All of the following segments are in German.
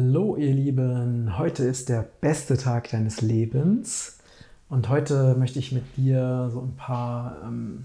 Hallo ihr Lieben, heute ist der beste Tag deines Lebens und heute möchte ich mit dir so ein paar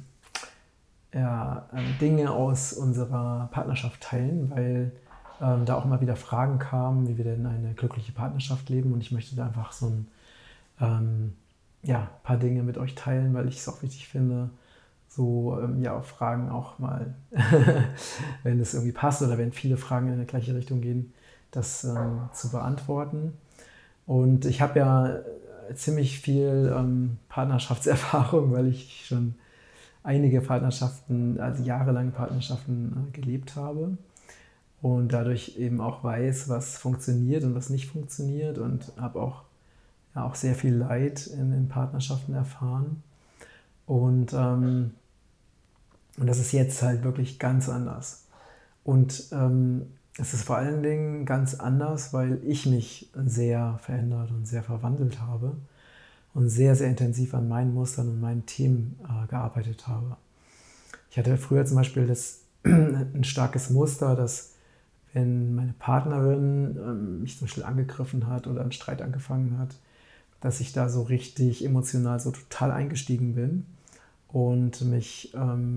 Dinge aus unserer Partnerschaft teilen, weil da auch mal wieder Fragen kamen, wie wir denn eine glückliche Partnerschaft leben, und ich möchte da einfach so ein paar Dinge mit euch teilen, weil ich es auch wichtig finde, so auf Fragen auch mal, wenn es irgendwie passt oder wenn viele Fragen in die gleiche Richtung gehen, das zu beantworten. Und ich habe ja ziemlich viel Partnerschaftserfahrung, weil ich schon einige Partnerschaften, also jahrelange Partnerschaften gelebt habe und dadurch eben auch weiß, was funktioniert und was nicht funktioniert, und habe auch sehr viel Leid in den Partnerschaften erfahren. Und das ist jetzt halt wirklich ganz anders. Und es ist vor allen Dingen ganz anders, weil ich mich sehr verändert und sehr verwandelt habe und sehr, sehr intensiv an meinen Mustern und meinen Themen gearbeitet habe. Ich hatte früher zum Beispiel ein starkes Muster, dass wenn meine Partnerin mich zum Beispiel angegriffen hat oder einen Streit angefangen hat, dass ich da so richtig emotional so total eingestiegen bin und mich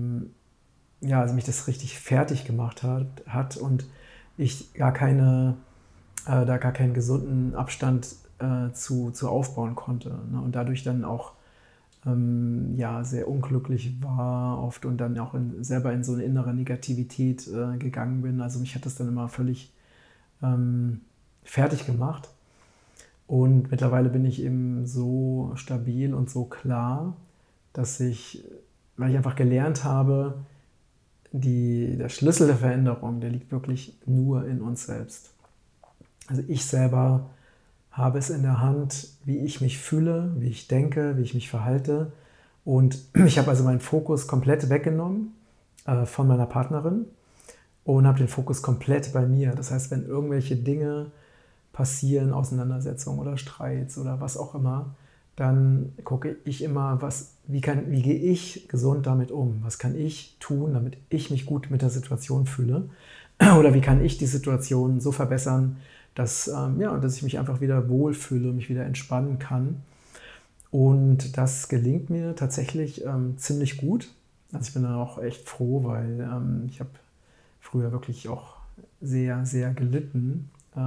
das richtig fertig gemacht hat und ich da gar keinen gesunden Abstand zu aufbauen konnte, ne? Und dadurch dann auch sehr unglücklich war oft und dann auch selber in so eine innere Negativität gegangen bin. Also mich hat das dann immer völlig fertig gemacht. Und mittlerweile bin ich eben so stabil und so klar, weil ich einfach gelernt habe, der Schlüssel der Veränderung, der liegt wirklich nur in uns selbst. Also ich selber habe es in der Hand, wie ich mich fühle, wie ich denke, wie ich mich verhalte. Und ich habe also meinen Fokus komplett weggenommen von meiner Partnerin und habe den Fokus komplett bei mir. Das heißt, wenn irgendwelche Dinge passieren, Auseinandersetzungen oder Streits oder was auch immer, dann gucke ich immer, wie gehe ich gesund damit um? Was kann ich tun, damit ich mich gut mit der Situation fühle? Oder wie kann ich die Situation so verbessern, dass ich mich einfach wieder wohlfühle, mich wieder entspannen kann? Und das gelingt mir tatsächlich ziemlich gut. Also ich bin dann auch echt froh, weil ich habe früher wirklich auch sehr, sehr gelitten.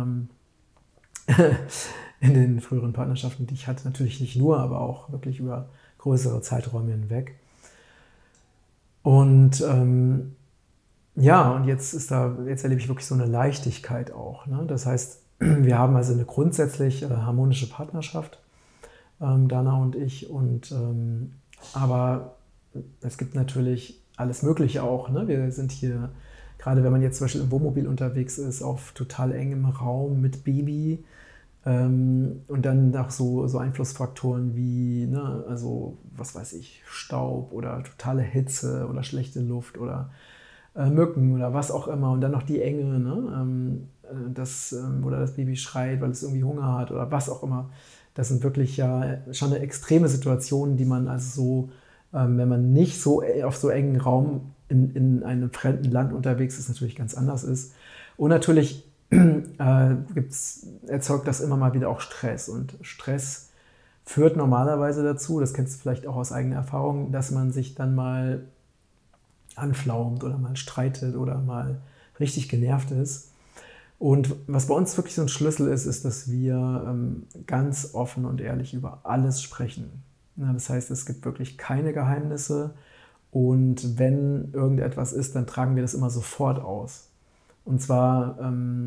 In den früheren Partnerschaften, die ich hatte, natürlich nicht nur, aber auch wirklich über größere Zeiträume hinweg. Und und jetzt erlebe ich wirklich so eine Leichtigkeit auch, ne? Das heißt, wir haben also eine grundsätzlich harmonische Partnerschaft, Dana und ich, aber es gibt natürlich alles Mögliche auch, ne? Wir sind hier, gerade wenn man jetzt zum Beispiel im Wohnmobil unterwegs ist, auf total engem Raum mit Baby. Und dann auch so Einflussfaktoren wie, ne, also was weiß ich, Staub oder totale Hitze oder schlechte Luft oder Mücken oder was auch immer. Und dann noch die Enge, ne, oder das Baby schreit, weil es irgendwie Hunger hat oder was auch immer. Das sind wirklich ja schon eine extreme Situationen, die man also so, wenn man nicht so auf so engen Raum in einem fremden Land unterwegs ist, natürlich ganz anders ist. Und natürlich erzeugt das immer mal wieder auch Stress. Und Stress führt normalerweise dazu, das kennst du vielleicht auch aus eigener Erfahrung, dass man sich dann mal anflaumt oder mal streitet oder mal richtig genervt ist. Und was bei uns wirklich so ein Schlüssel ist, dass wir ganz offen und ehrlich über alles sprechen. Ja, das heißt, es gibt wirklich keine Geheimnisse, und wenn irgendetwas ist, dann tragen wir das immer sofort aus. Und zwar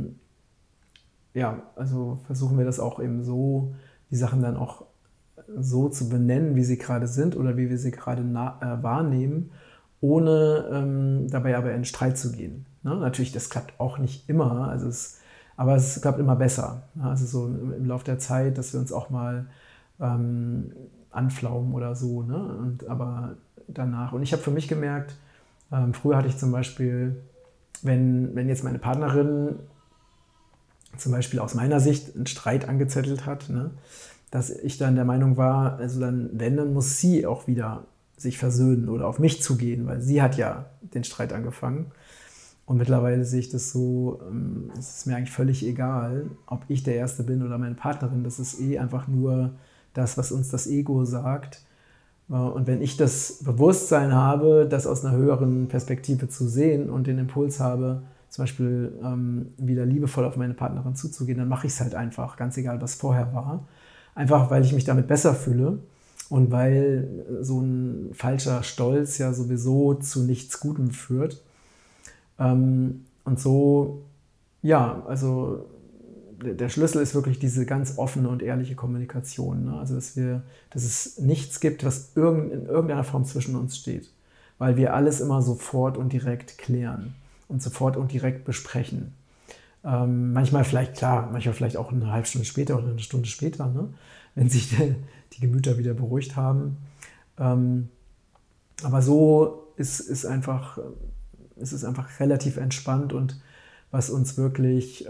also versuchen wir das auch eben so, die Sachen dann auch so zu benennen, wie sie gerade sind oder wie wir sie gerade wahrnehmen, ohne dabei aber in Streit zu gehen. Ne? Natürlich, das klappt auch nicht immer, aber es klappt immer besser. Also so im Laufe der Zeit, dass wir uns auch mal anflaumen oder so, ne? Aber danach. Und ich habe für mich gemerkt, früher hatte ich zum Beispiel, wenn jetzt meine Partnerin zum Beispiel aus meiner Sicht einen Streit angezettelt hat, ne, dass ich dann der Meinung war, also dann muss sie auch wieder sich versöhnen oder auf mich zugehen, weil sie hat ja den Streit angefangen. Und mittlerweile sehe ich das so, es ist mir eigentlich völlig egal, ob ich der Erste bin oder meine Partnerin. Das ist einfach nur das, was uns das Ego sagt. Und wenn ich das Bewusstsein habe, das aus einer höheren Perspektive zu sehen und den Impuls habe, zum Beispiel wieder liebevoll auf meine Partnerin zuzugehen, dann mache ich es halt einfach, ganz egal, was vorher war. Einfach, weil ich mich damit besser fühle und weil so ein falscher Stolz ja sowieso zu nichts Gutem führt. Und so, ja, also der Schlüssel ist wirklich diese ganz offene und ehrliche Kommunikation. Ne? Also, dass es nichts gibt, was in irgendeiner Form zwischen uns steht, weil wir alles immer sofort und direkt klären und sofort und direkt besprechen. Manchmal vielleicht auch eine halbe Stunde später oder eine Stunde später, ne? Wenn sich die Gemüter wieder beruhigt haben. Aber so ist es einfach relativ entspannt, und was uns wirklich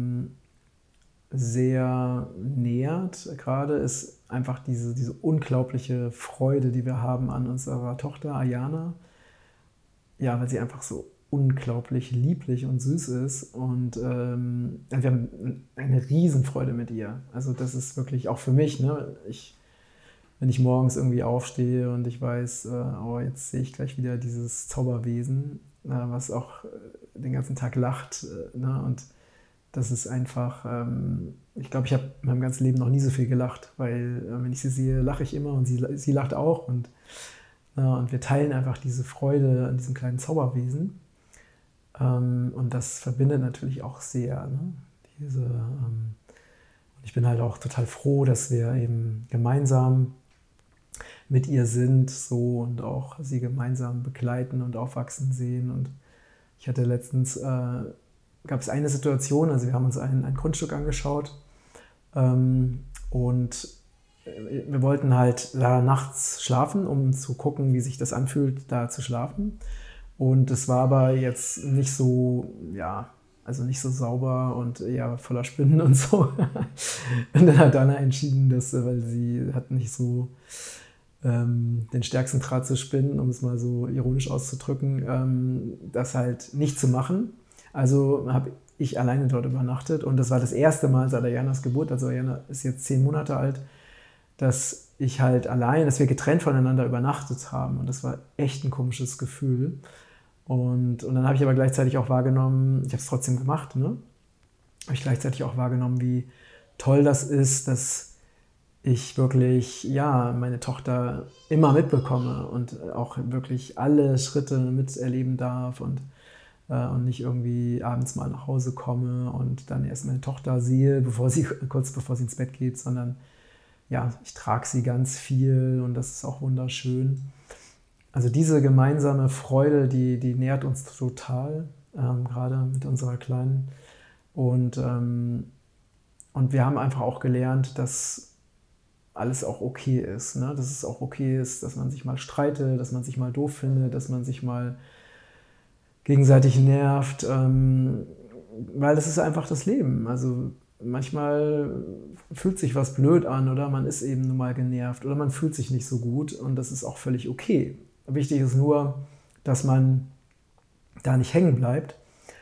sehr nährt gerade, ist einfach diese unglaubliche Freude, die wir haben an unserer Tochter Ayana. Ja, weil sie einfach so unglaublich lieblich und süß ist, und wir haben eine Riesenfreude mit ihr. Also das ist wirklich auch für mich, ne? Wenn ich morgens irgendwie aufstehe und ich weiß, oh, jetzt sehe ich gleich wieder dieses Zauberwesen, was auch den ganzen Tag lacht, ne? Und das ist einfach, ich glaube, ich habe in meinem ganzen Leben noch nie so viel gelacht, weil wenn ich sie sehe, lache ich immer, und sie lacht auch, und wir teilen einfach diese Freude an diesem kleinen Zauberwesen. Und das verbindet natürlich auch sehr. Ne? Ich bin halt auch total froh, dass wir eben gemeinsam mit ihr sind, so, und auch sie gemeinsam begleiten und aufwachsen sehen. Und ich hatte letztens, gab es eine Situation, also wir haben uns ein Grundstück angeschaut, und wir wollten halt da nachts schlafen, um zu gucken, wie sich das anfühlt, da zu schlafen. Und es war aber jetzt nicht so, ja, also nicht so sauber und eher voller Spinnen und so. Und dann hat Dana entschieden, weil sie hat nicht so den stärksten Draht zu Spinnen, um es mal so ironisch auszudrücken, das halt nicht zu machen. Also habe ich alleine dort übernachtet, und das war das erste Mal seit Ayanas Geburt, also Ayana ist jetzt 10 Monate alt, dass wir getrennt voneinander übernachtet haben, und das war echt ein komisches Gefühl. Und dann habe ich aber gleichzeitig auch wahrgenommen, ich habe es trotzdem gemacht, ne? Habe ich gleichzeitig auch wahrgenommen, wie toll das ist, dass ich wirklich, ja, meine Tochter immer mitbekomme und auch wirklich alle Schritte miterleben darf, und nicht irgendwie abends mal nach Hause komme und dann erst meine Tochter sehe, kurz bevor sie ins Bett geht, sondern ja, ich trage sie ganz viel, und das ist auch wunderschön. Also diese gemeinsame Freude, die nährt uns total, gerade mit unserer Kleinen. Und wir haben einfach auch gelernt, dass alles auch okay ist. Ne? Dass es auch okay ist, dass man sich mal streitet, dass man sich mal doof findet, dass man sich mal gegenseitig nervt, weil das ist einfach das Leben. Also manchmal fühlt sich was blöd an, oder man ist eben nur mal genervt, oder man fühlt sich nicht so gut, und das ist auch völlig okay. Wichtig ist nur, dass man da nicht hängen bleibt,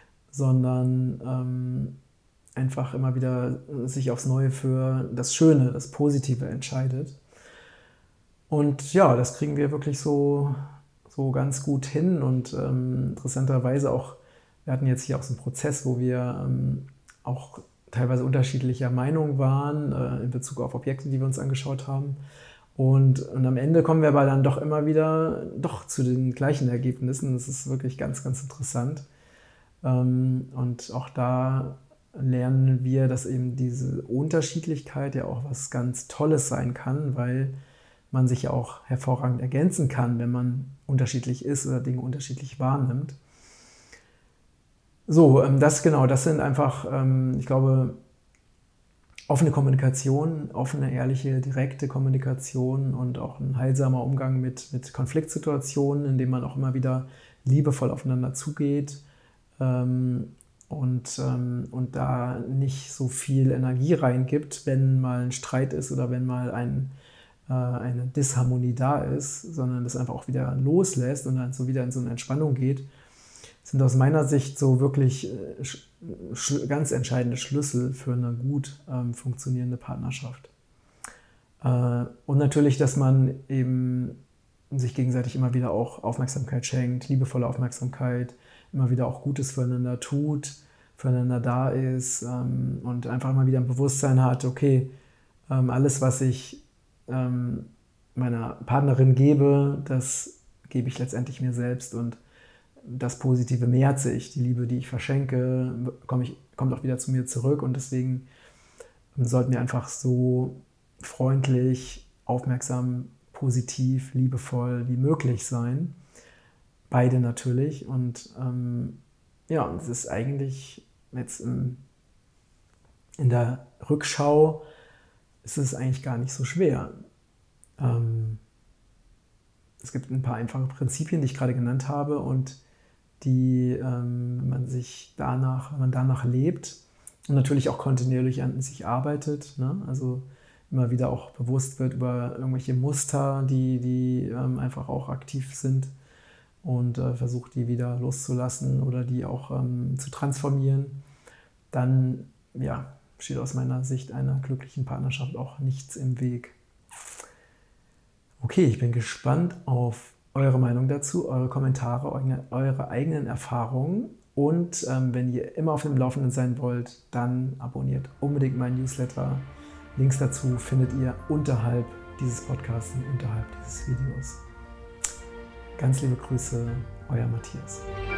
sondern einfach immer wieder sich aufs Neue für das Schöne, das Positive entscheidet. Und ja, das kriegen wir wirklich so ganz gut hin, und interessanterweise auch, wir hatten jetzt hier auch so einen Prozess, wo wir auch teilweise unterschiedlicher Meinung waren in Bezug auf Objekte, die wir uns angeschaut haben. Und am Ende kommen wir aber dann doch immer wieder zu den gleichen Ergebnissen. Das ist wirklich ganz, ganz interessant. Und auch da lernen wir, dass eben diese Unterschiedlichkeit ja auch was ganz Tolles sein kann, weil man sich ja auch hervorragend ergänzen kann, wenn man unterschiedlich ist oder Dinge unterschiedlich wahrnimmt. So, das sind einfach, ich glaube, offene Kommunikation, offene, ehrliche, direkte Kommunikation und auch ein heilsamer Umgang mit Konfliktsituationen, in denen man auch immer wieder liebevoll aufeinander zugeht und da nicht so viel Energie reingibt, wenn mal ein Streit ist oder wenn mal eine Disharmonie da ist, sondern das einfach auch wieder loslässt und dann so wieder in so eine Entspannung geht. sind aus meiner Sicht so wirklich ganz entscheidende Schlüssel für eine gut funktionierende Partnerschaft. Und natürlich, dass man eben sich gegenseitig immer wieder auch Aufmerksamkeit schenkt, liebevolle Aufmerksamkeit, immer wieder auch Gutes füreinander tut, füreinander da ist und einfach immer wieder ein Bewusstsein hat, okay, alles, was ich meiner Partnerin gebe, das gebe ich letztendlich mir selbst und das Positive mehrt sich. Die Liebe, die ich verschenke, kommt auch wieder zu mir zurück und deswegen sollten wir einfach so freundlich, aufmerksam, positiv, liebevoll wie möglich sein. Beide natürlich. Und ja, es ist eigentlich jetzt in der Rückschau ist es eigentlich gar nicht so schwer. Es gibt ein paar einfache Prinzipien, die ich gerade genannt habe und die, wenn man danach lebt und natürlich auch kontinuierlich an sich arbeitet, ne? Also immer wieder auch bewusst wird über irgendwelche Muster, die einfach auch aktiv sind und versucht, die wieder loszulassen oder die auch zu transformieren, dann ja, steht aus meiner Sicht einer glücklichen Partnerschaft auch nichts im Weg. Okay, ich bin gespannt auf eure Meinung dazu, eure Kommentare, eure eigenen Erfahrungen und wenn ihr immer auf dem Laufenden sein wollt, dann abonniert unbedingt meinen Newsletter. Links dazu findet ihr unterhalb dieses Podcasts und unterhalb dieses Videos. Ganz liebe Grüße, euer Matthias.